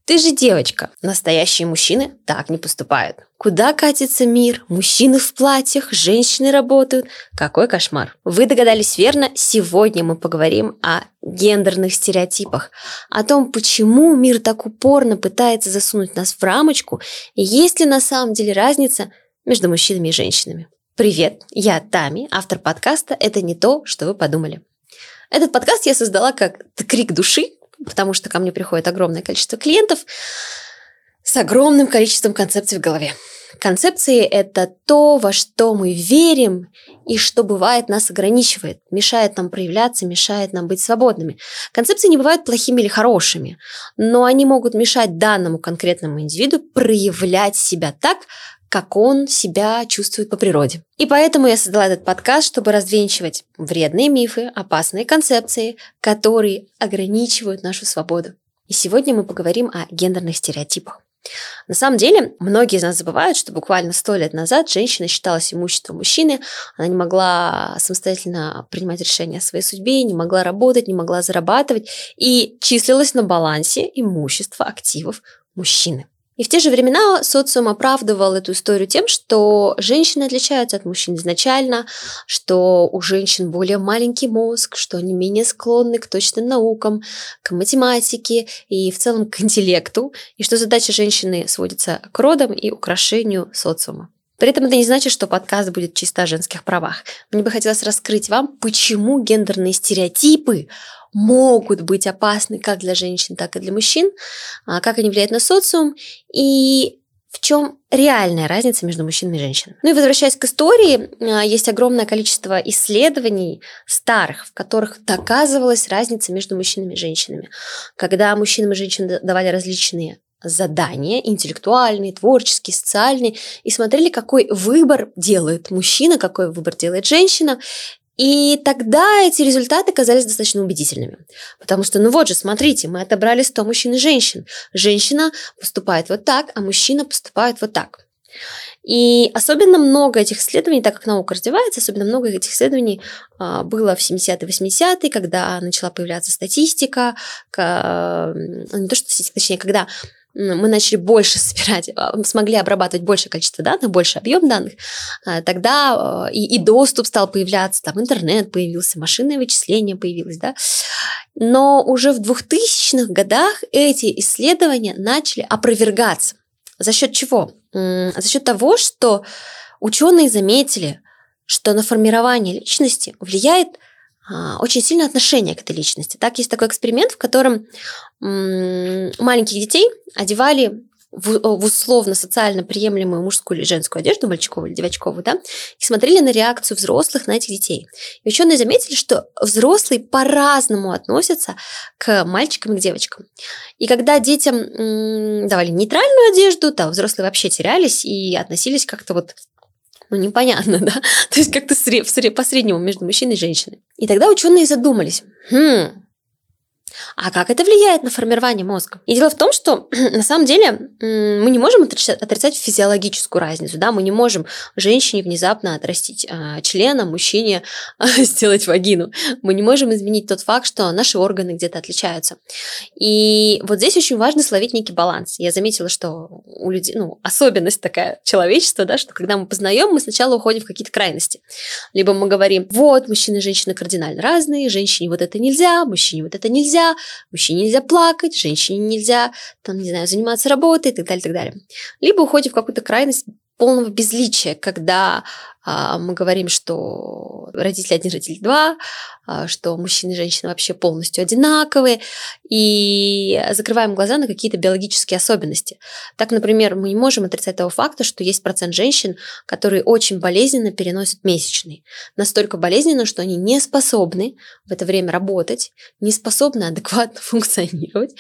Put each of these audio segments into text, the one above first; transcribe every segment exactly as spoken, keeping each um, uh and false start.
Ты же девочка. Настоящие мужчины так не поступают. Куда катится мир? Мужчины в платьях, женщины работают. Какой кошмар. Вы догадались верно, сегодня мы поговорим о гендерных стереотипах, о том, почему мир так упорно пытается засунуть нас в рамочку, и есть ли на самом деле разница между мужчинами и женщинами. Привет, я Тами, автор подкаста «Это не то, что вы подумали». Этот подкаст я создала как крик души, потому что ко мне приходит огромное количество клиентов с огромным количеством концепций в голове. Концепции – это то, во что мы верим и что бывает нас ограничивает, мешает нам проявляться, мешает нам быть свободными. Концепции не бывают плохими или хорошими, но они могут мешать данному конкретному индивиду проявлять себя так, как он себя чувствует по природе. И поэтому я создала этот подкаст, чтобы развенчивать вредные мифы, опасные концепции, которые ограничивают нашу свободу. И сегодня мы поговорим о гендерных стереотипах. На самом деле, многие из нас забывают, что буквально сто лет назад женщина считалась имуществом мужчины, она не могла самостоятельно принимать решения о своей судьбе, не могла работать, не могла зарабатывать и числилась на балансе имущества, активов мужчины. И в те же времена социум оправдывал эту историю тем, что женщины отличаются от мужчин изначально, что у женщин более маленький мозг, что они менее склонны к точным наукам, к математике и в целом к интеллекту, и что задача женщины сводится к родам и украшению социума. При этом это не значит, что подкаст будет чисто о женских правах. Мне бы хотелось раскрыть вам, почему гендерные стереотипы могут быть опасны как для женщин, так и для мужчин, как они влияют на социум и в чем реальная разница между мужчинами и женщинами. Ну и возвращаясь к истории, есть огромное количество исследований старых, в которых доказывалась разница между мужчинами и женщинами. Когда мужчинам и женщинам давали различные задания, интеллектуальные, творческие, социальные, и смотрели, какой выбор делает мужчина, какой выбор делает женщина. И тогда эти результаты казались достаточно убедительными. Потому что, ну вот же, смотрите, мы отобрали сто мужчин и женщин. Женщина поступает вот так, а мужчина поступает вот так. И особенно много этих исследований, так как наука развивается, особенно много этих исследований а, было в семидесятые, восьмидесятые, когда начала появляться статистика, к, не то что статистика, точнее, когда мы начали больше собирать, смогли обрабатывать большее количество данных, больше объем данных, тогда и, и доступ стал появляться, там интернет появился, машинное вычисление появилось, да. Но уже в двухтысячных годах эти исследования начали опровергаться. За счет чего? За счет того, что ученые заметили, что на формирование личности влияет очень сильно отношение к этой личности. Так, есть такой эксперимент, в котором маленьких детей одевали в, в условно-социально приемлемую мужскую или женскую одежду, мальчиковую или девочковую, да, и смотрели на реакцию взрослых на этих детей. И ученые заметили, что взрослые по-разному относятся к мальчикам и к девочкам. И когда детям м, давали нейтральную одежду, то взрослые вообще терялись и относились как-то вот ну, непонятно, да? То есть как-то сред, сред, по-среднему между мужчиной и женщиной. И тогда ученые задумались, хм, а как это влияет на формирование мозга? И дело в том, что на самом деле мы не можем отрицать, отрицать физиологическую разницу, да? Мы не можем женщине внезапно отрастить э, член, а мужчине э, сделать вагину. Мы не можем изменить тот факт, что наши органы где-то отличаются. И вот здесь очень важно словить некий баланс. Я заметила, что у людей, ну, особенность такая человечества, да, что когда мы познаем, мы сначала уходим в какие-то крайности. Либо мы говорим, вот, мужчины и женщины кардинально разные, женщине вот это нельзя, мужчине вот это нельзя, мужчине нельзя плакать, женщине нельзя, там, не знаю, заниматься работой и так далее, и так далее. Либо уходим в какую-то крайность полного безличия, когда а, мы говорим, что родители один, родители два, а, что мужчины и женщины вообще полностью одинаковые, и закрываем глаза на какие-то биологические особенности. Так, например, мы не можем отрицать того факта, что есть процент женщин, которые очень болезненно переносят месячные. Настолько болезненно, что они не способны в это время работать, не способны адекватно функционировать.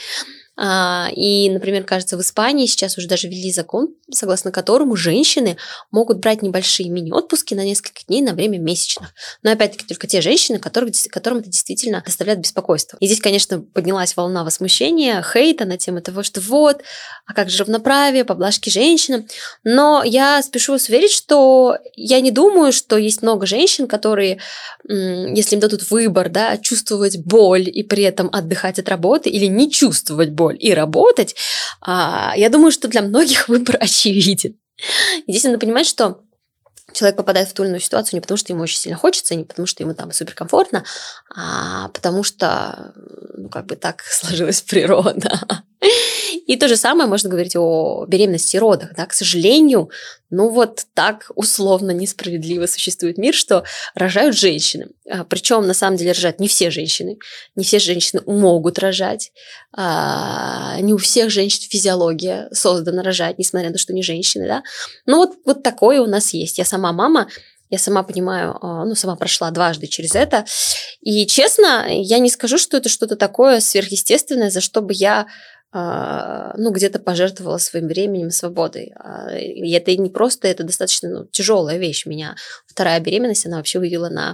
И, например, кажется, в Испании сейчас уже даже ввели закон, согласно которому женщины могут брать небольшие мини-отпуски на несколько дней на время месячных. Но, опять-таки, только те женщины, которых, которым это действительно доставляет беспокойство. И здесь, конечно, поднялась волна возмущения, хейта на тему того, что вот, а как же равноправие, поблажки женщинам. Но я спешу вас уверить, что я не думаю, что есть много женщин, которые, если им дадут выбор, да, чувствовать боль и при этом отдыхать от работы или не чувствовать боль, роль и работать, я думаю, что для многих выбор очевиден. И здесь надо понимать, что человек попадает в ту или иную ситуацию не потому, что ему очень сильно хочется, не потому, что ему там суперкомфортно, а потому что, ну, как бы так сложилась природа. И то же самое можно говорить о беременности и родах. Да? К сожалению, ну вот так условно несправедливо существует мир, что рожают женщины. Причем, на самом деле, рожают не все женщины. Не все женщины могут рожать. Не у всех женщин физиология создана рожать, несмотря на то, что не женщины. Да? Но вот, вот такое у нас есть. Я сама мама, я сама понимаю, ну, сама прошла дважды через это. И, честно, я не скажу, что это что-то такое сверхъестественное, за что бы я ну, где-то пожертвовала своим временем, свободой. И это не просто, это достаточно ну, тяжелая вещь. Меня вторая беременность, она вообще вывела на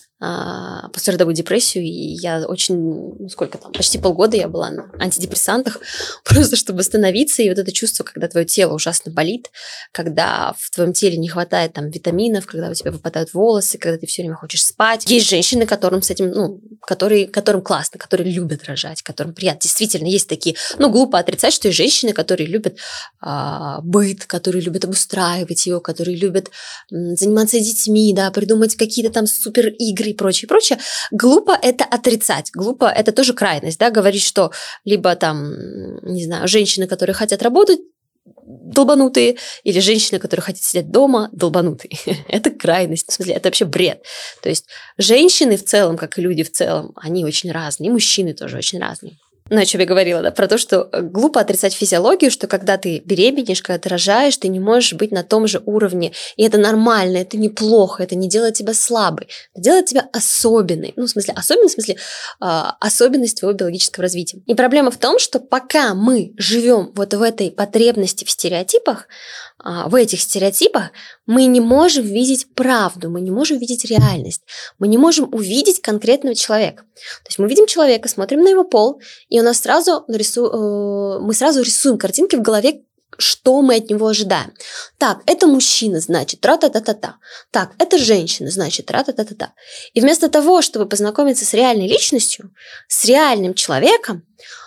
а, послеродовую депрессию, и я очень, ну, сколько там, почти полгода я была на антидепрессантах, просто чтобы остановиться, и вот это чувство, когда твое тело ужасно болит, когда в твоем теле не хватает там витаминов, когда у тебя выпадают волосы, когда ты все время хочешь спать. Есть женщины, которым с этим, ну, которые, которым классно, которые любят рожать, которым приятно. Действительно, есть такие, ну, глупо отрицать, что есть женщины, которые любят а, быт, которые любят обустраивать его, которые любят м, заниматься детьми, да, придумать какие-то там супер игры и прочее, прочее. Глупо это отрицать. Глупо это тоже крайность, да, говорить, что либо там, не знаю, женщины, которые хотят работать, долбанутые, или женщины, которые хотят сидеть дома, долбанутые. Это крайность, в смысле, это вообще бред. То есть женщины в целом, как и люди в целом, они очень разные, и мужчины тоже очень разные. Ну, о чем я говорила, да, про то, что глупо отрицать физиологию, что когда ты беременеешь, когда ты рожаешь, ты не можешь быть на том же уровне. И это нормально, это неплохо, это не делает тебя слабой, это делает тебя особенной. Ну, в смысле, особенной, в смысле, особенность твоего биологического развития. И проблема в том, что пока мы живем вот в этой потребности в стереотипах, в этих стереотипах, мы не можем видеть правду, мы не можем видеть реальность, мы не можем увидеть конкретного человека. То есть мы видим человека, смотрим на его пол, и у нас сразу нарису... мы сразу рисуем картинки в голове, что мы от него ожидаем. Так, это мужчина, значит, тра-та-та-та-та. Так, это женщина, значит, тра-та-та-та-та. И вместо того, чтобы познакомиться с реальной личностью, с реальным человеком,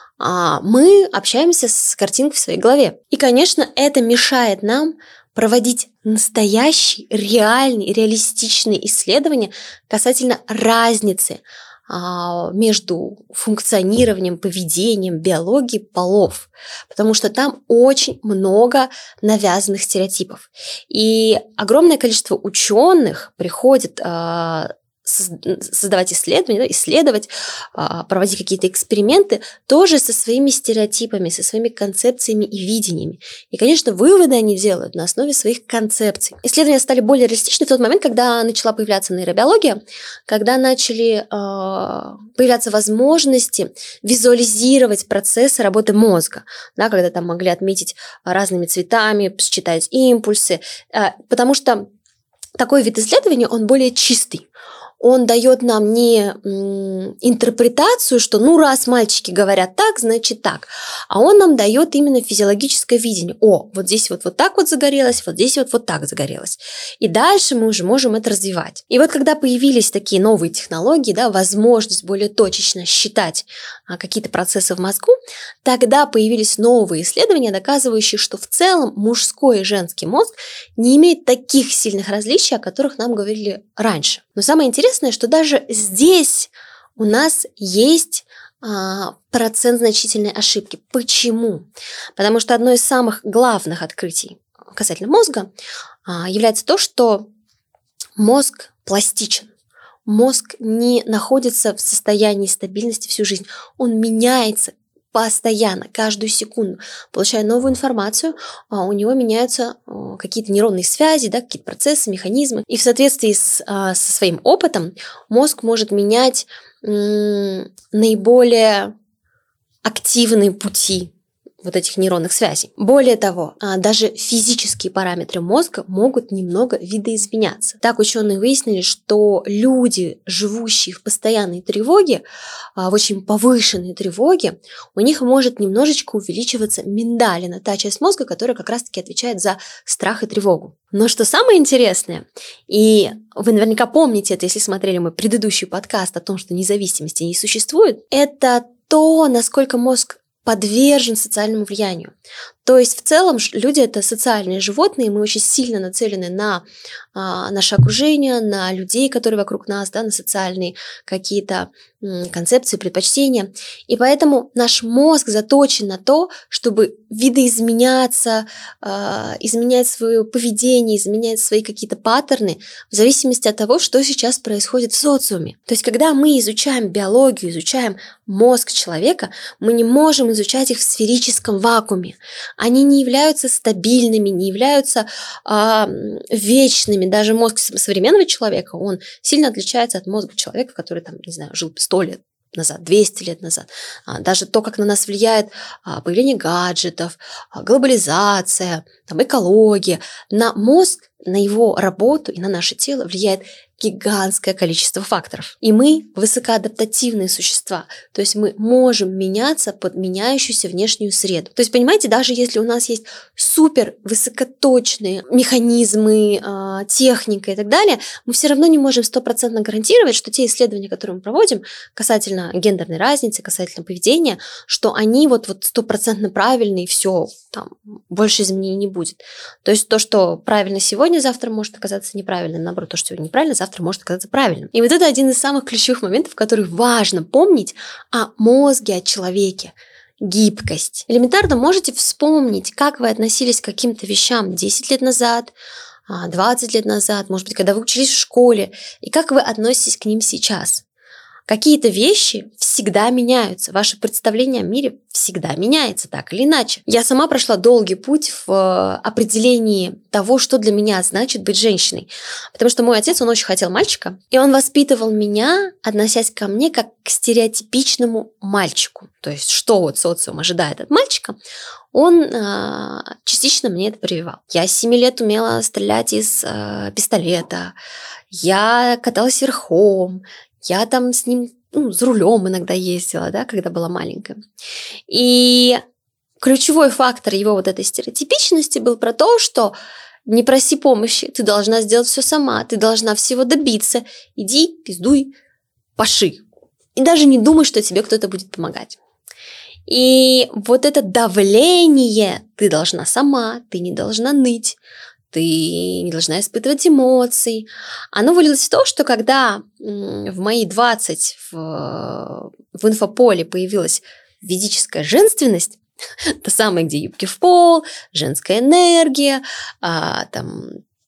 мы общаемся с картинкой в своей голове. И, конечно, это мешает нам проводить настоящие, реальные, реалистичные исследования касательно разницы между функционированием, поведением, биологией полов, потому что там очень много навязанных стереотипов. И огромное количество ученых приходит создавать исследования, да, исследовать, проводить какие-то эксперименты тоже со своими стереотипами, со своими концепциями и видениями. И, конечно, выводы они делают на основе своих концепций. Исследования стали более реалистичны в тот момент, когда начала появляться нейробиология, когда начали появляться возможности визуализировать процессы работы мозга, да, когда там могли отметить разными цветами, считать импульсы, потому что такой вид исследования, он более чистый. Он дает нам не м, интерпретацию, что ну раз мальчики говорят так, значит так, а он нам дает именно физиологическое видение. О, вот здесь вот, вот так вот загорелось, вот здесь вот, вот так загорелось. И дальше мы уже можем это развивать. И вот когда появились такие новые технологии, да, возможность более точечно считать а, какие-то процессы в мозгу, тогда появились новые исследования, доказывающие, что в целом мужской и женский мозг не имеют таких сильных различий, о которых нам говорили раньше. Но самое интересное, что даже здесь у нас есть а, процент значительной ошибки. Почему? Потому что одно из самых главных открытий касательно мозга а, является то, что мозг пластичен. Мозг не находится в состоянии стабильности всю жизнь. Он меняется постоянно, каждую секунду, получая новую информацию, у него меняются какие-то нейронные связи, да, какие-то процессы, механизмы. И в соответствии с, со своим опытом мозг может менять м, наиболее активные пути вот этих нейронных связей. Более того, даже физические параметры мозга могут немного видоизменяться. Так ученые выяснили, что люди, живущие в постоянной тревоге, в очень повышенной тревоге, у них может немножечко увеличиваться миндалина, та часть мозга, которая как раз-таки отвечает за страх и тревогу. Но что самое интересное, и вы наверняка помните это, если смотрели мой предыдущий подкаст о том, что независимости не существует, это то, насколько мозг подвержен социальному влиянию. То есть в целом люди – это социальные животные, мы очень сильно нацелены на а, наше окружение, на людей, которые вокруг нас, да, на социальные какие-то м, концепции, предпочтения. И поэтому наш мозг заточен на то, чтобы видоизменяться, а, изменять свое поведение, изменять свои какие-то паттерны в зависимости от того, что сейчас происходит в социуме. То есть когда мы изучаем биологию, изучаем мозг человека, мы не можем изучать их в сферическом вакууме. Они не являются стабильными, не являются а, вечными. Даже мозг современного человека, он сильно отличается от мозга человека, который, там, не знаю, жил сто лет назад, двести лет назад. А, даже то, как на нас влияет а, появление гаджетов, а, глобализация, там, экология. На мозг, на его работу и на наше тело влияет гигантское количество факторов. И мы высокоадаптативные существа, то есть мы можем меняться под меняющуюся внешнюю среду. То есть, понимаете, даже если у нас есть супер высокоточные механизмы, техника и так далее, мы все равно не можем стопроцентно гарантировать, что те исследования, которые мы проводим касательно гендерной разницы, касательно поведения, что они вот вот стопроцентно правильные, и все, там больше изменений не будет. То есть то, что правильно сегодня, завтра может оказаться неправильным, наоборот, то, что сегодня неправильно, завтра может оказаться правильным. И вот это один из самых ключевых моментов, который важно помнить о мозге, о человеке. Гибкость. Элементарно можете вспомнить, как вы относились к каким-то вещам десять лет назад, двадцать лет назад, может быть, когда вы учились в школе, и как вы относитесь к ним сейчас. Какие-то вещи всегда меняются, ваше представление о мире всегда меняется, так или иначе. Я сама прошла долгий путь в определении того, что для меня значит быть женщиной. Потому что мой отец, он очень хотел мальчика, и он воспитывал меня, относясь ко мне как к стереотипичному мальчику. То есть, что вот социум ожидает от мальчика, он э, частично мне это прививал. Я с семи лет умела стрелять из э, пистолета, я каталась верхом, я там с ним, ну, за рулем иногда ездила, да, когда была маленькая. И ключевой фактор его вот этой стереотипичности был про то, что не проси помощи, ты должна сделать все сама, ты должна всего добиться, иди, пиздуй, паши. И даже не думай, что тебе кто-то будет помогать. И вот это давление, ты должна сама, ты не должна ныть, ты не должна испытывать эмоций. Оно вылилось в то, что когда в мои двадцать в, в инфополе появилась ведическая женственность, та самая, где юбки в пол, женская энергия, а, там,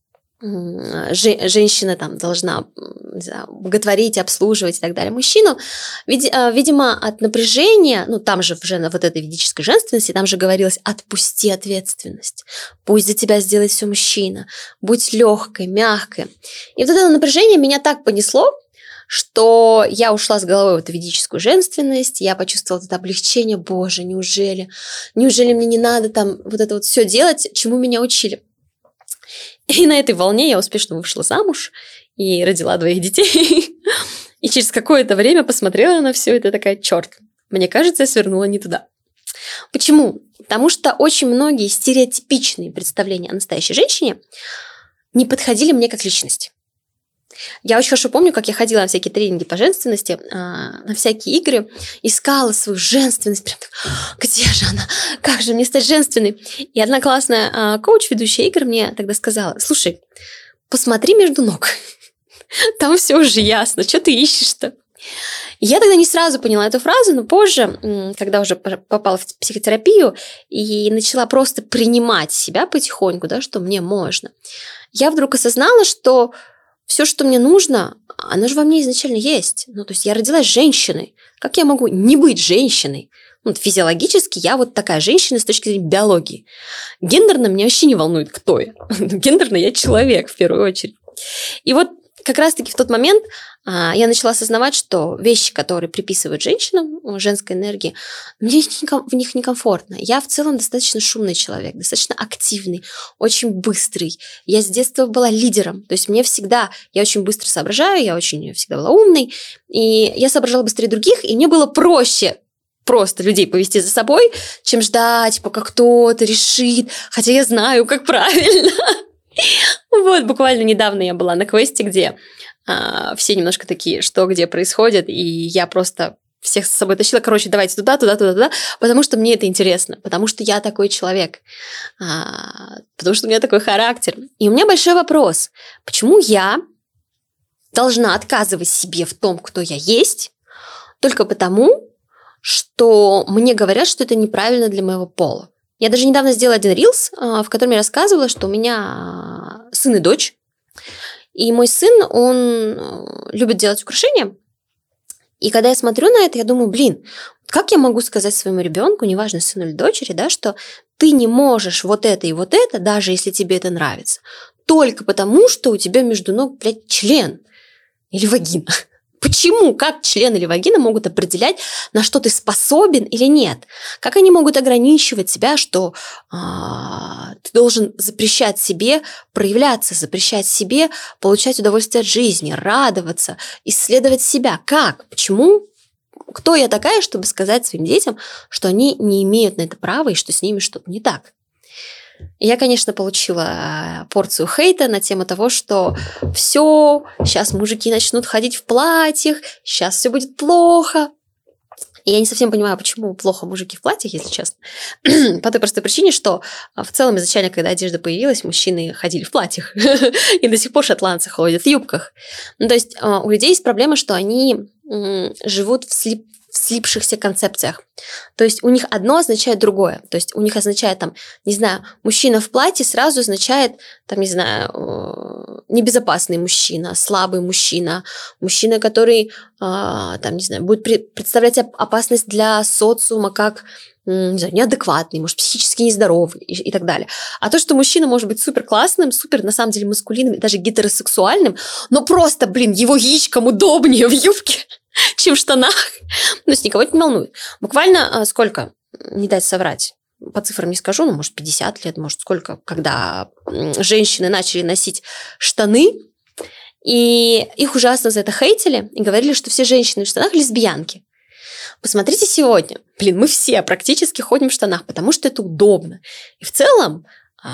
женщина там должна, не знаю, боготворить, обслуживать и так далее мужчину. Видимо, от напряжения, ну там же уже вот этой ведической женственности, там же говорилось: отпусти ответственность, пусть за тебя сделает все мужчина, будь легкой, мягкой. И вот это напряжение меня так понесло, что я ушла с головой в эту ведическую женственность, я почувствовала это облегчение: боже, неужели, неужели мне не надо там вот это вот все делать, чему меня учили. И на этой волне я успешно вышла замуж и родила двоих детей. И через какое-то время посмотрела на все это, такая: черт, мне кажется, я свернула не туда. Почему? Потому что очень многие стереотипичные представления о настоящей женщине не подходили мне как личности. Я очень хорошо помню, как я ходила на всякие тренинги по женственности, на всякие игры, искала свою женственность, прям так: где же она, как же мне стать женственной? И одна классная коуч, ведущая игр, мне тогда сказала: слушай, посмотри между ног, там все уже ясно, что ты ищешь-то? Я тогда не сразу поняла эту фразу, но позже, когда уже попала в психотерапию и начала просто принимать себя потихоньку, да, что мне можно, я вдруг осознала, что все, что мне нужно, оно же во мне изначально есть. Ну, то есть я родилась женщиной. Как я могу не быть женщиной? Ну, физиологически я вот такая женщина с точки зрения биологии. Гендерно меня вообще не волнует, кто я. Гендерно я человек в первую очередь. И вот как раз-таки в тот момент а, я начала осознавать, что вещи, которые приписывают женщинам, женской энергии, мне в них некомфортно. Я в целом достаточно шумный человек, достаточно активный, очень быстрый. Я с детства была лидером. То есть мне всегда, я очень быстро соображаю, я очень всегда была умной, и я соображала быстрее других, и мне было проще просто людей повести за собой, чем ждать, пока кто-то решит, хотя я знаю, как правильно. Вот, буквально недавно я была на квесте, где а, все немножко такие, что где происходит, и я просто всех с собой тащила, короче, давайте туда, туда, туда, туда, потому что мне это интересно, потому что я такой человек, а, потому что у меня такой характер. И у меня большой вопрос, почему я должна отказывать себе в том, кто я есть, только потому, что мне говорят, что это неправильно для моего пола. Я даже недавно сделала один рилс, в котором я рассказывала, что у меня сын и дочь, и мой сын, он любит делать украшения. И когда я смотрю на это, я думаю, блин, как я могу сказать своему ребенку, неважно, сыну или дочери, да, что ты не можешь вот это и вот это, даже если тебе это нравится, только потому, что у тебя между ног, блядь, член или вагина. Почему? Как член или вагина могут определять, на что ты способен или нет? Как они могут ограничивать себя, что а, ты должен запрещать себе проявляться, запрещать себе получать удовольствие от жизни, радоваться, исследовать себя? Как? Почему? Кто я такая, чтобы сказать своим детям, что они не имеют на это права и что с ними что-то не так? Я, конечно, получила порцию хейта на тему того, что все, сейчас мужики начнут ходить в платьях, сейчас все будет плохо. И я не совсем понимаю, почему плохо мужики в платьях, если честно. По той простой причине, что в целом изначально, когда одежда появилась, мужчины ходили в платьях. И до сих пор шотландцы ходят в юбках. Ну, то есть у людей есть проблема, что они живут в слип в слипшихся концепциях. То есть у них одно означает другое. То есть у них означает, там, не знаю, мужчина в платье сразу означает, там, не знаю, небезопасный мужчина, слабый мужчина, мужчина, который, там, не знаю, будет представлять опасность для социума как, не знаю, неадекватный, может, психически нездоровый и, и так далее. А то, что мужчина может быть супер классным, супер, на самом деле, маскулинным, даже гетеросексуальным, но просто, блин, его яичкам удобнее в юбке, чем в штанах. То есть никого это не волнует. Буквально сколько, не дать соврать, по цифрам не скажу, ну, может, пятьдесят лет, может, сколько, когда женщины начали носить штаны, и их ужасно за это хейтили, и говорили, что все женщины в штанах лесбиянки. Посмотрите сегодня. Блин, мы все практически ходим в штанах, потому что это удобно. И в целом,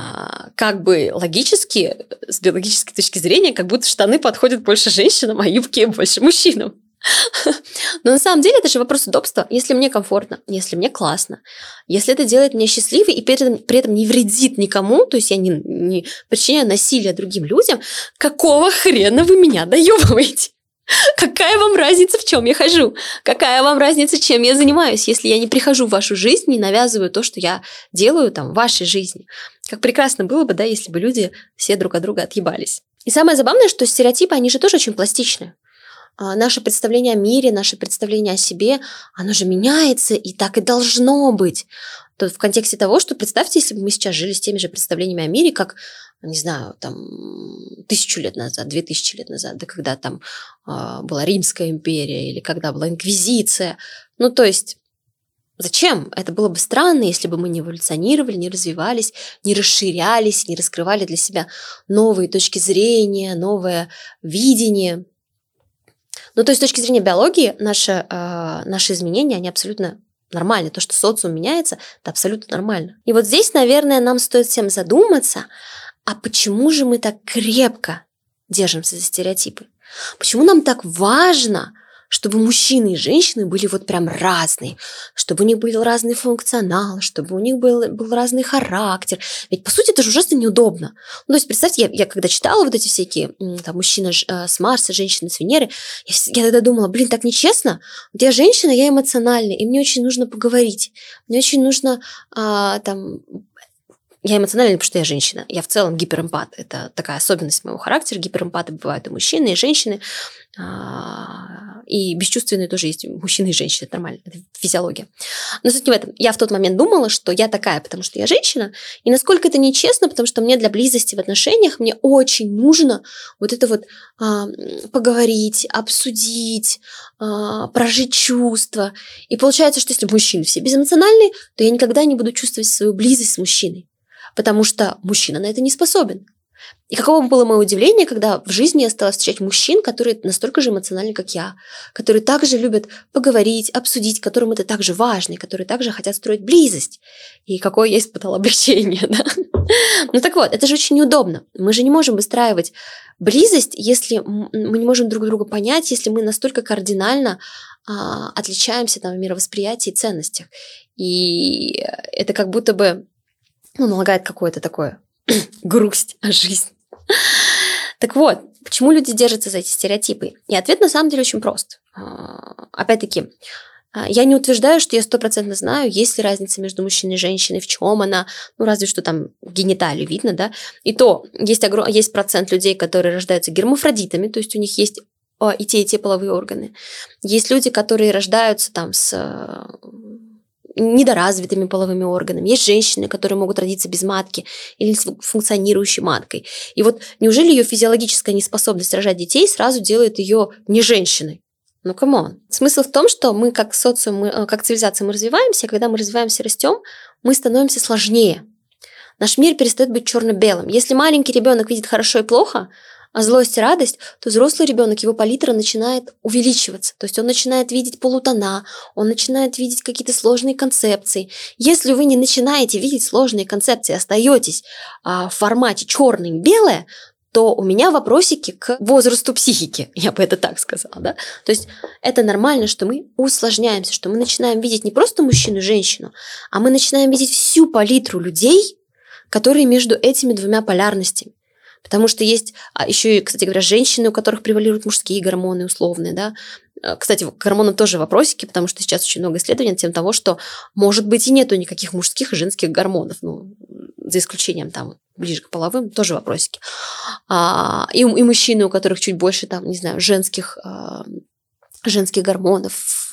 как бы логически, с биологической точки зрения, как будто штаны подходят больше женщинам, а юбки больше мужчинам. Но на самом деле это же вопрос удобства. Если мне комфортно, если мне классно, если это делает меня счастливой и при этом, при этом не вредит никому, то есть я не, не причиняю насилие другим людям, какого хрена вы меня доебываете? Какая вам разница, в чем я хожу? Какая вам разница, чем я занимаюсь, если я не прихожу в вашу жизнь, не навязываю то, что я делаю там в вашей жизни? Как прекрасно было бы, да, если бы люди все друг от друга отъебались. И самое забавное, что стереотипы, они же тоже очень пластичны. Наше представление о мире, наше представление о себе, оно же меняется, и так и должно быть. То в контексте того, что представьте, если бы мы сейчас жили с теми же представлениями о мире, как, не знаю, там, тысячу лет назад, две тысячи лет назад, да, когда там э, была Римская империя или когда была Инквизиция. Ну, то есть, зачем? Это было бы странно, если бы мы не эволюционировали, не развивались, не расширялись, не раскрывали для себя новые точки зрения, новое видение. Ну, то есть, с точки зрения биологии, наши, э, наши изменения, они абсолютно нормальны. То, что социум меняется, это абсолютно нормально. И вот здесь, наверное, нам стоит всем задуматься, а почему же мы так крепко держимся за стереотипы? Почему нам так важно, чтобы мужчины и женщины были вот прям разные, чтобы у них был разный функционал, чтобы у них был, был разный характер. Ведь, по сути, это же ужасно неудобно. Ну, то есть, представьте, я, я когда читала вот эти всякие, там, мужчина с Марса, женщина с Венеры, я, я тогда думала, блин, так нечестно. Вот я женщина, я эмоциональная, и мне очень нужно поговорить. Мне очень нужно, а, там... Я эмоциональна, потому что я женщина. Я в целом гиперэмпат. Это такая особенность моего характера. Гиперэмпаты бывают и мужчины, и женщины. И бесчувственные тоже есть мужчины и женщины. Это нормально. Это физиология. Но суть не в этом. Я в тот момент думала, что я такая, потому что я женщина. И насколько это нечестно, потому что мне для близости в отношениях мне очень нужно вот это вот а, поговорить, обсудить, а, прожить чувства. И получается, что если мужчины все безэмоциональные, то я никогда не буду чувствовать свою близость с мужчиной. Потому что мужчина на это не способен. И каково было мое удивление, когда в жизни я стала встречать мужчин, которые настолько же эмоциональны, как я, которые также любят поговорить, обсудить, которым это также важно, и которые также хотят строить близость. И какое я испытала облегчение. Да? Ну так вот, это же очень неудобно. Мы же не можем выстраивать близость, если мы не можем друг друга понять, если мы настолько кардинально а, отличаемся там в мировосприятии и ценностях. И это как будто бы ну, налагает какое-то такое грусть о жизни. Так вот, почему люди держатся за эти стереотипы? И ответ на самом деле очень прост. Опять-таки, я не утверждаю, что я стопроцентно знаю, есть ли разница между мужчиной и женщиной, в чем она, ну разве что там гениталию видно, да. И то есть, огром... есть процент людей, которые рождаются гермафродитами, то есть у них есть и те, и те половые органы. Есть люди, которые рождаются там с недоразвитыми половыми органами. Есть женщины, которые могут родиться без матки или с функционирующей маткой. И вот неужели ее физиологическая неспособность рожать детей сразу делает ее не женщиной? Ну, камон. Смысл в том, что мы как социум, мы, как цивилизация мы развиваемся, и когда мы развиваемся, растем, мы становимся сложнее. Наш мир перестает быть черно-белым. Если маленький ребенок видит хорошо и плохо, а злость и радость, то взрослый ребенок, его палитра начинает увеличиваться. То есть он начинает видеть полутона, он начинает видеть какие-то сложные концепции. Если вы не начинаете видеть сложные концепции, остаетесь а, в формате черное и белое, то у меня вопросики к возрасту психики, я бы это так сказала, да? То есть это нормально, что мы усложняемся, что мы начинаем видеть не просто мужчину и женщину, а мы начинаем видеть всю палитру людей, которые между этими двумя полярностями. Потому что есть а еще и, кстати говоря, женщины, у которых превалируют мужские гормоны условные, да. Кстати, к гормонам тоже вопросики, потому что сейчас очень много исследований на тему того, что, может быть, и нету никаких мужских и женских гормонов, ну, за исключением там ближе к половым, тоже вопросики. А, и, и мужчины, у которых чуть больше там, не знаю, женских, а, женских гормонов.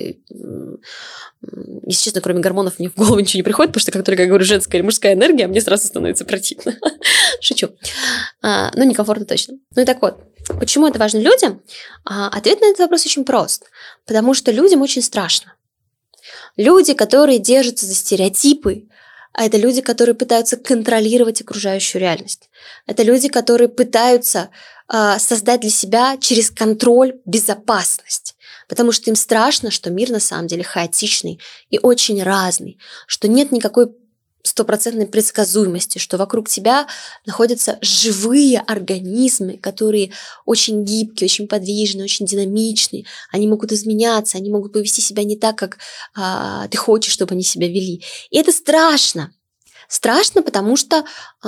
Если честно, кроме гормонов мне в голову ничего не приходит, потому что как только я говорю женская или мужская энергия, мне сразу становится противно. Шучу. А, ну, некомфортно точно. Ну и так вот, почему это важно людям? А, ответ на этот вопрос очень прост. Потому что людям очень страшно. Люди, которые держатся за стереотипы, а это люди, которые пытаются контролировать окружающую реальность. Это люди, которые пытаются а, создать для себя через контроль безопасность. Потому что им страшно, что мир на самом деле хаотичный и очень разный, что нет никакой стопроцентной предсказуемости, что вокруг тебя находятся живые организмы, которые очень гибкие, очень подвижные, очень динамичные. Они могут изменяться, они могут повести себя не так, как а, ты хочешь, чтобы они себя вели. И это страшно. Страшно, потому что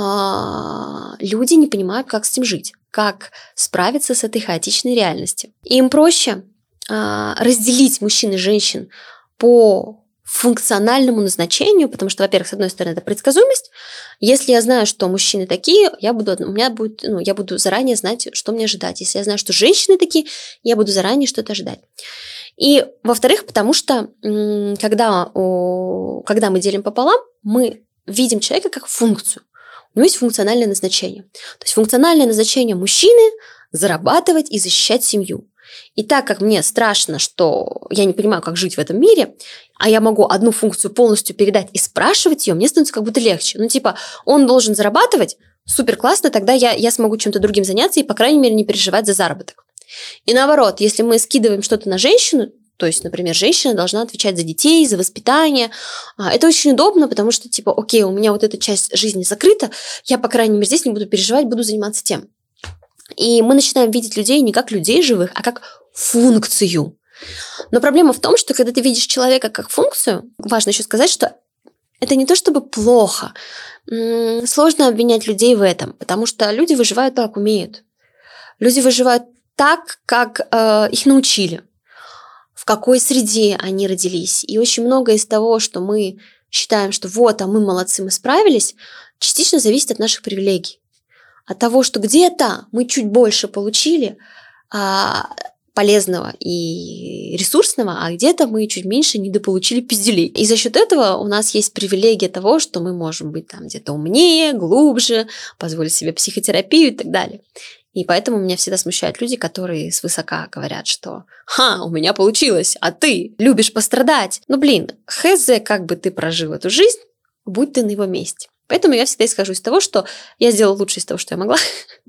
а, люди не понимают, как с этим жить, как справиться с этой хаотичной реальностью. И им проще а, разделить мужчин и женщин по функциональному назначению, потому что, во-первых, с одной стороны, это предсказуемость. Если я знаю, что мужчины такие, я буду, у меня будет, ну, я буду заранее знать, что мне ожидать. Если я знаю, что женщины такие, я буду заранее что-то ожидать. И, во-вторых, потому что когда, когда мы делим пополам, мы видим человека как функцию. У него есть функциональное назначение. То есть функциональное назначение мужчины – зарабатывать и защищать семью. И так как мне страшно, что я не понимаю, как жить в этом мире, а я могу одну функцию полностью передать и спрашивать ее, мне становится как будто легче. Ну, типа, он должен зарабатывать, супер классно, тогда я, я смогу чем-то другим заняться и, по крайней мере, не переживать за заработок. И наоборот, если мы скидываем что-то на женщину, то есть, например, женщина должна отвечать за детей, за воспитание. Это очень удобно, потому что, типа, окей, у меня вот эта часть жизни закрыта, я, по крайней мере, здесь не буду переживать, буду заниматься тем. И мы начинаем видеть людей не как людей живых, а как функцию. Но проблема в том, что когда ты видишь человека как функцию, важно еще сказать, что это не то чтобы плохо. Сложно обвинять людей в этом, потому что люди выживают так, как умеют. Люди выживают так, как э, их научили, в какой среде они родились. И очень многое из того, что мы считаем, что вот, а мы молодцы, мы справились, частично зависит от наших привилегий. От того, что где-то мы чуть больше получили а, полезного и ресурсного, а где-то мы чуть меньше недополучили пизделей. И за счет этого у нас есть привилегия того, что мы можем быть там где-то умнее, глубже, позволить себе психотерапию и так далее. И поэтому меня всегда смущают люди, которые свысока говорят, что «Ха, у меня получилось, а ты любишь пострадать». Ну, блин, хз, как бы ты прожил эту жизнь, будь ты на его месте. Поэтому я всегда исхожу из того, что я сделала лучше из того, что я могла,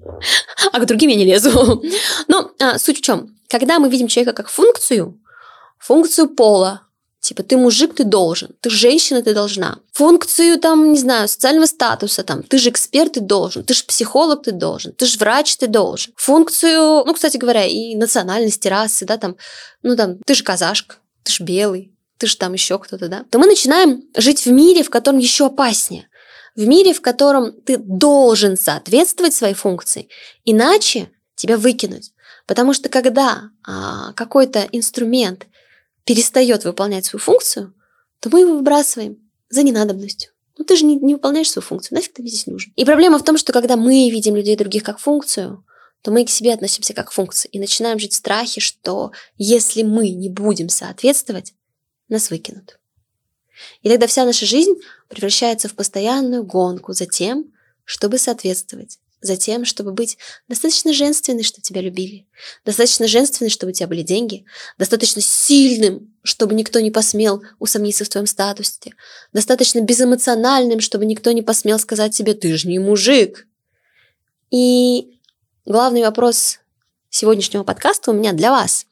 а к другим я не лезу. Но а, суть в чем? Когда мы видим человека как функцию, функцию пола, Типа, ты мужик, ты должен. Ты женщина, ты должна. Функцию, там, не знаю, социального статуса, там, ты же эксперт, ты должен. Ты же психолог, ты должен. Ты же врач, ты должен. Функцию, ну, кстати говоря, и национальности, расы, да, там, ну, там, ты же казашка, ты же белый, ты же там еще кто-то, да. То мы начинаем жить в мире, в котором еще опаснее. В мире, в котором ты должен соответствовать своей функции, иначе тебя выкинуть. Потому что когда а, какой-то инструмент перестает выполнять свою функцию, то мы его выбрасываем за ненадобностью. Ну ты же не, не выполняешь свою функцию, нафиг ты мне здесь нужен? И проблема в том, что когда мы видим людей других как функцию, то мы к себе относимся как к функции и начинаем жить в страхе, что если мы не будем соответствовать, нас выкинут. И тогда вся наша жизнь превращается в постоянную гонку за тем, чтобы соответствовать. За тем, чтобы быть достаточно женственной, чтобы тебя любили, достаточно женственной, чтобы у тебя были деньги, достаточно сильным, чтобы никто не посмел усомниться в твоем статусе, достаточно безэмоциональным, чтобы никто не посмел сказать тебе: ты же не мужик. И главный вопрос сегодняшнего подкаста у меня для вас.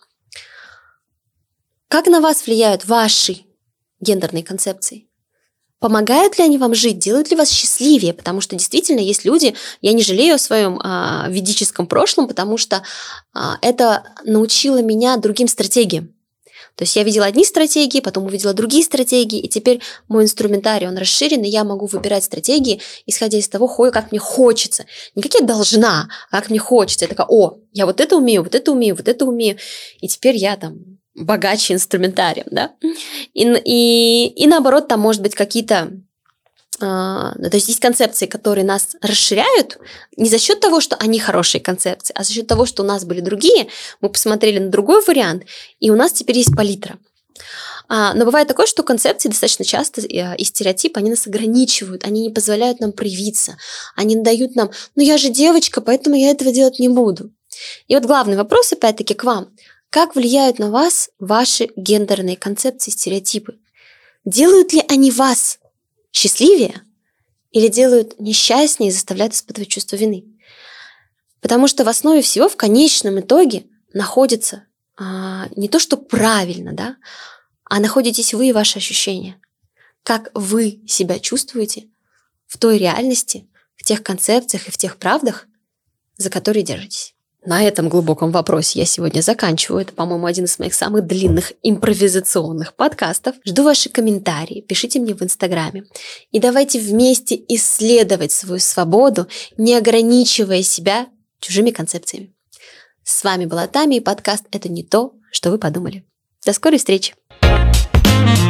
Как на вас влияют ваши гендерные концепции? Помогают ли они вам жить? Делают ли вас счастливее? Потому что действительно есть люди, я не жалею о своем а, ведическом прошлом, потому что а, это научило меня другим стратегиям. То есть я видела одни стратегии, потом увидела другие стратегии, и теперь мой инструментарий, он расширен, и я могу выбирать стратегии, исходя из того, как мне хочется. Не как я должна, а как мне хочется. Я такая: о, я вот это умею, вот это умею, вот это умею. И теперь я там богаче инструментарием, да, и, и, и наоборот, там может быть какие-то, э, то есть есть концепции, которые нас расширяют не за счет того, что они хорошие концепции, а за счет того, что у нас были другие, мы посмотрели на другой вариант, и у нас теперь есть палитра. А, но бывает такое, что концепции достаточно часто и стереотипы, они нас ограничивают, они не позволяют нам проявиться, они дают нам: ну я же девочка, поэтому я этого делать не буду. И вот главный вопрос опять-таки к вам. Как влияют на вас ваши гендерные концепции, стереотипы? Делают ли они вас счастливее или делают несчастнее и заставляют испытывать чувство вины? Потому что в основе всего, в конечном итоге, находится а, не то, что правильно, да, а находитесь вы и ваши ощущения. Как вы себя чувствуете в той реальности, в тех концепциях и в тех правдах, за которые держитесь. На этом глубоком вопросе я сегодня заканчиваю. Это, по-моему, один из моих самых длинных импровизационных подкастов. Жду ваши комментарии, пишите мне в Инстаграме. И давайте вместе исследовать свою свободу, не ограничивая себя чужими концепциями. С вами была Тами, и подкаст «Это не то, что вы подумали». До скорой встречи!